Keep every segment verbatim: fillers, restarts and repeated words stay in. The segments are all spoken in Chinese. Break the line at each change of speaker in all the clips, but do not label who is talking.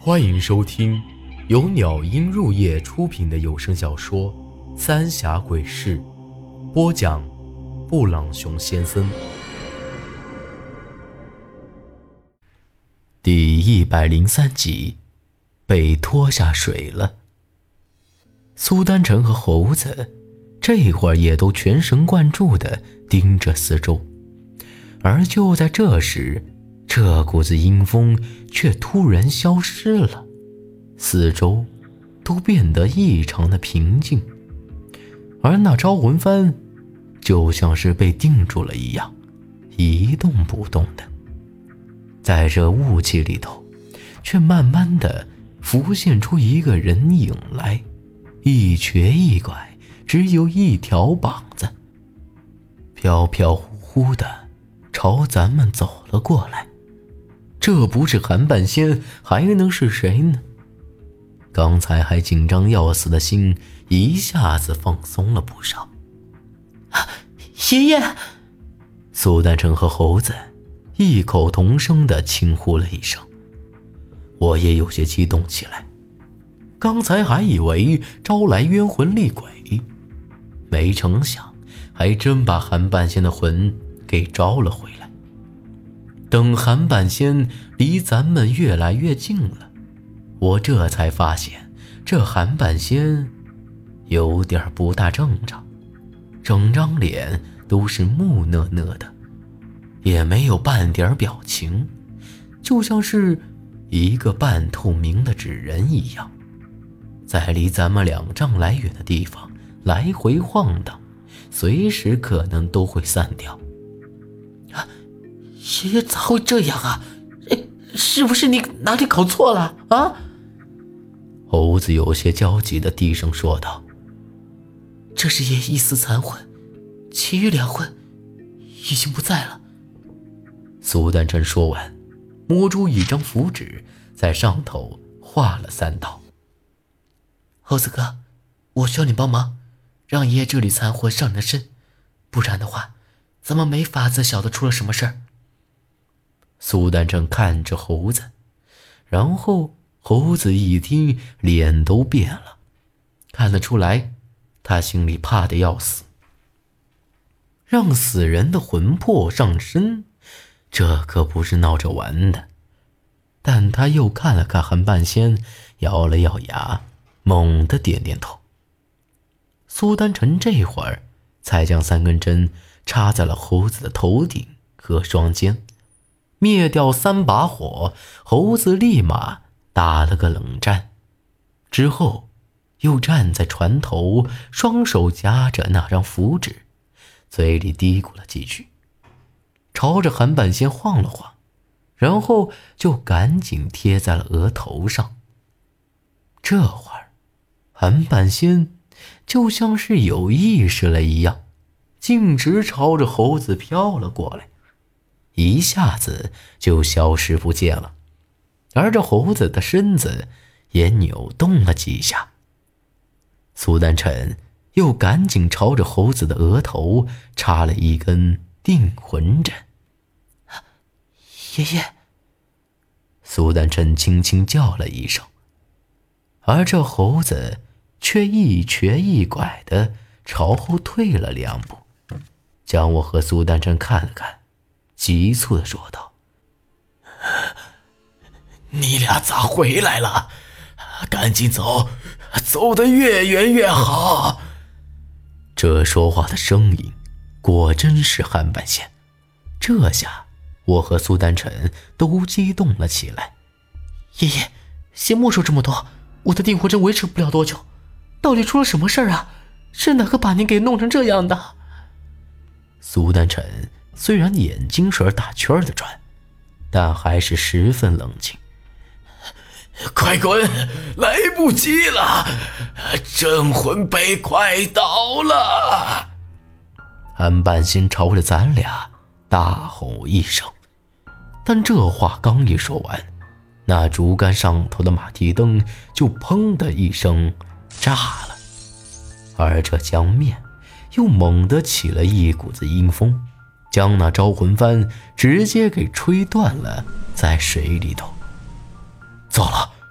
欢迎收听由鸟音入夜出品的有声小说《三峡鬼事》，播讲布朗熊先生。第一百零三集，被拖下水了。苏丹成和猴子这会儿也都全神贯注地盯着四周，而就在这时，这股子阴风却突然消失了，四周都变得异常的平静，而那招魂幡就像是被定住了一样，一动不动的。在这雾气里头，却慢慢的浮现出一个人影来，一瘸一拐，只有一条膀子，飘飘忽忽的朝咱们走了过来。这不是韩半仙还能是谁呢？刚才还紧张要死的心一下子放松了不少。
啊，爷爷！
苏丹成和猴子异口同声地轻呼了一声，我也有些激动起来。刚才还以为招来冤魂厉鬼，没成想还真把韩半仙的魂给招了回来。等韩半仙离咱们越来越近了，我这才发现这韩半仙有点不大正常，整张脸都是木讷讷的，也没有半点表情，就像是一个半透明的纸人一样，在离咱们两丈来远的地方来回晃荡，随时可能都会散掉。
啊，爷爷咋会这样啊？是不是你哪里搞错了啊？
猴子有些焦急地低声说道：
这是爷爷一丝残魂，其余两魂已经不在了。
苏丹成说完，摸出一张符纸，在上头画了三道。
猴子哥，我需要你帮忙，让爷爷这里残魂上你的身，不然的话咱们没法子晓得出了什么事儿。
苏丹成看着猴子，然后猴子一听脸都变了，看得出来他心里怕得要死。让死人的魂魄上身，这可不是闹着玩的。但他又看了看韩半仙，咬了咬牙，猛地点点头。苏丹成这会儿才将三根针插在了猴子的头顶和双肩，灭掉三把火，猴子立马打了个冷战，之后又站在船头，双手夹着那张符纸，嘴里嘀咕了几句，朝着韩半仙晃了晃，然后就赶紧贴在了额头上。这会儿韩半仙就像是有意识了一样，径直朝着猴子飘了过来，一下子就消失不见了，而这猴子的身子也扭动了几下。苏丹成又赶紧朝着猴子的额头插了一根定魂针。
爷爷！
苏丹成轻轻叫了一声，而这猴子却一瘸一拐地朝后退了两步，将我和苏丹成看了看，急促地说道：
你俩咋回来了？赶紧走，走得越远越好。
这说话的声音果真是韩半仙，这下我和苏丹成都激动了起来。
爷爷，先莫说这么多，我的定魂针维持不了多久，到底出了什么事儿啊？是哪个把您给弄成这样的？
苏丹成虽然眼睛是打圈的转，但还是十分冷静。
快滚，来不及了，镇魂碑快到了！
韩半仙朝着咱俩大吼一声，但这话刚一说完，那竹竿上头的马蹄灯就砰的一声炸了，而这江面又猛地起了一股子阴风，将那招魂幡直接给吹断了，在水里头。
糟了，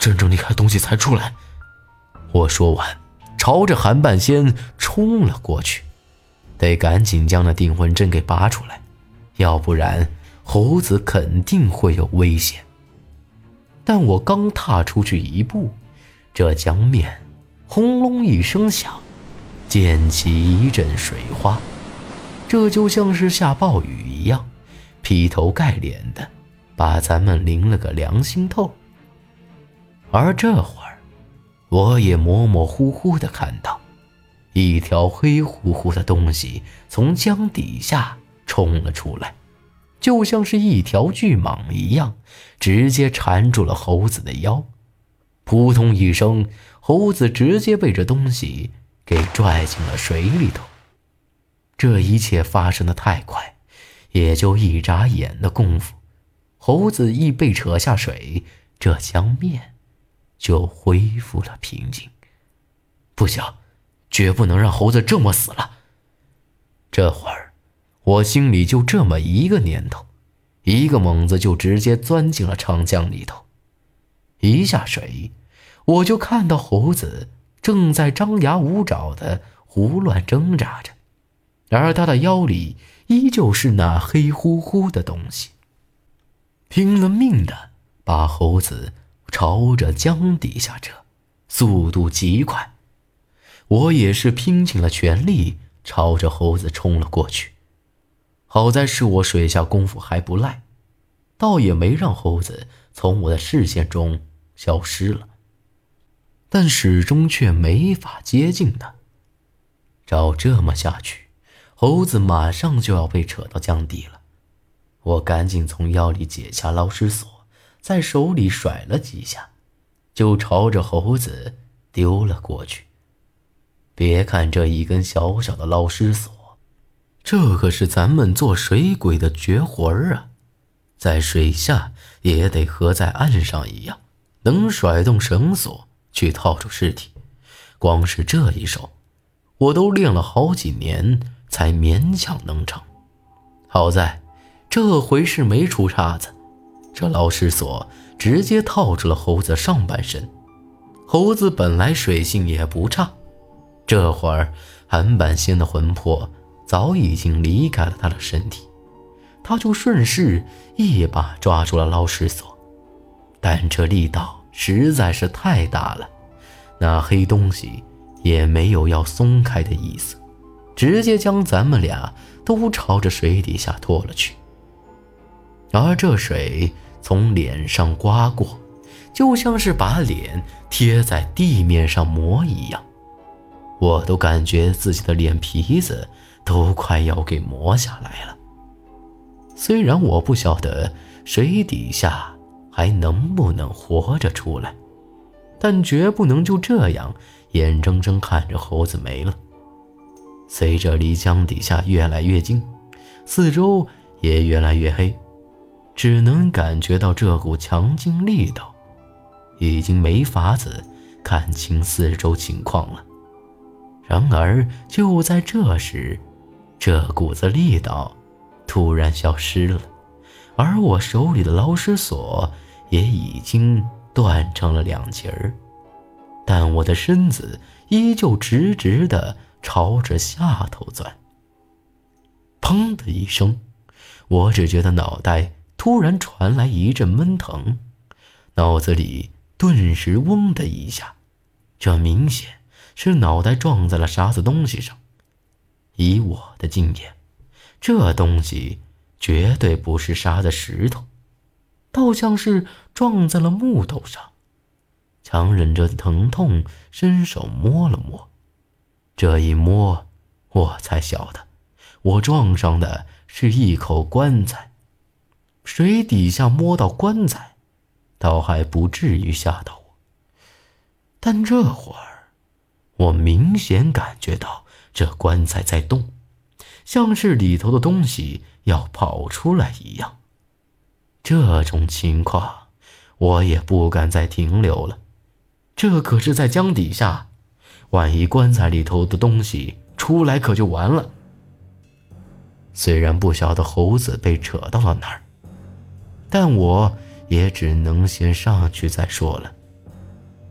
真正离开东西才出来。我说完，朝着韩半仙冲了过去，得赶紧将那定魂针给拔出来，要不然猴子肯定会有危险。但我刚踏出去一步，这江面轰隆一声响，溅起一阵水花，这就像是下暴雨一样，劈头盖脸的把咱们淋了个凉心透。而这会儿我也模模糊糊地看到一条黑乎乎的东西从江底下冲了出来，就像是一条巨蟒一样，直接缠住了猴子的腰。扑通一声，猴子直接被这东西给拽进了水里头。这一切发生的太快，也就一眨眼的功夫，猴子一被扯下水，这江面就恢复了平静。不行，绝不能让猴子这么死了。这会儿我心里就这么一个念头，一个猛子就直接钻进了长江里头。一下水，我就看到猴子正在张牙舞爪的胡乱挣扎着，而他的腰里依旧是那黑乎乎的东西，拼了命的把猴子朝着江底下扯，速度极快。我也是拼尽了全力朝着猴子冲了过去。好在是我水下功夫还不赖，倒也没让猴子从我的视线中消失了，但始终却没法接近它。照这么下去，猴子马上就要被扯到江底了。我赶紧从腰里解下捞尸索，在手里甩了几下，就朝着猴子丢了过去。别看这一根小小的捞尸索，这可是咱们做水鬼的绝活儿啊，在水下也得和在岸上一样，能甩动绳索去套住尸体。光是这一手，我都练了好几年才勉强能成。好在这回是没出岔子，这捞尸索直接套住了猴子上半身。猴子本来水性也不差，这会儿韩半仙的魂魄早已经离开了他的身体，他就顺势一把抓住了捞尸索，但这力道实在是太大了，那黑东西也没有要松开的意思，直接将咱们俩都朝着水底下拖了去。而这水从脸上刮过，就像是把脸贴在地面上磨一样，我都感觉自己的脸皮子都快要给磨下来了。虽然我不晓得水底下还能不能活着出来，但绝不能就这样眼睁睁看着猴子没了。随着离江底下越来越近，四周也越来越黑，只能感觉到这股强劲力道，已经没法子看清四周情况了。然而就在这时，这股子力道突然消失了，而我手里的捞尸索也已经断成了两截儿，但我的身子依旧直直地朝着下头钻。砰的一声，我只觉得脑袋突然传来一阵闷疼，脑子里顿时嗡的一下，这明显是脑袋撞在了啥子东西上。以我的经验，这东西绝对不是啥子石头，倒像是撞在了木头上。强忍着疼痛伸手摸了摸，这一摸我才晓得我撞上的是一口棺材。水底下摸到棺材倒还不至于吓到我，但这会儿我明显感觉到这棺材在动，像是里头的东西要跑出来一样。这种情况我也不敢再停留了，这可是在江底下，万一棺材里头的东西出来可就完了。虽然不晓得猴子被扯到了哪儿，但我也只能先上去再说了。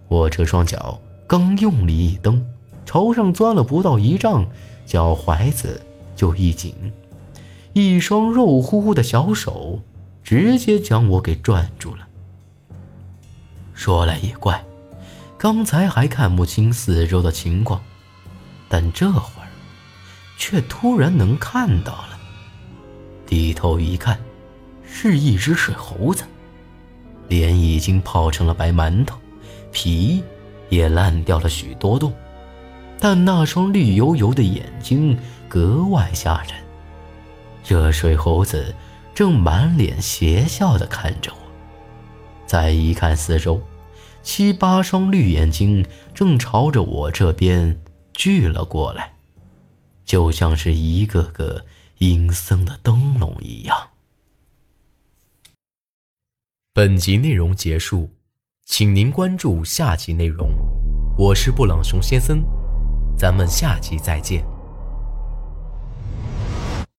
我这双脚刚用力一蹬，朝上钻了不到一丈，脚踝子就一紧，一双肉乎乎的小手直接将我给攥住了。说来也怪，刚才还看不清四周的情况，但这会儿却突然能看到了。低头一看，是一只水猴子，脸已经泡成了白馒头，皮也烂掉了许多洞，但那双绿油油的眼睛格外吓人。这水猴子正满脸邪笑地看着我，再一看四周，七八双绿眼睛正朝着我这边聚了过来，就像是一个个阴森的灯笼一样。本集内容结束，请您关注下集内容。我是布朗熊先生，咱们下集再见。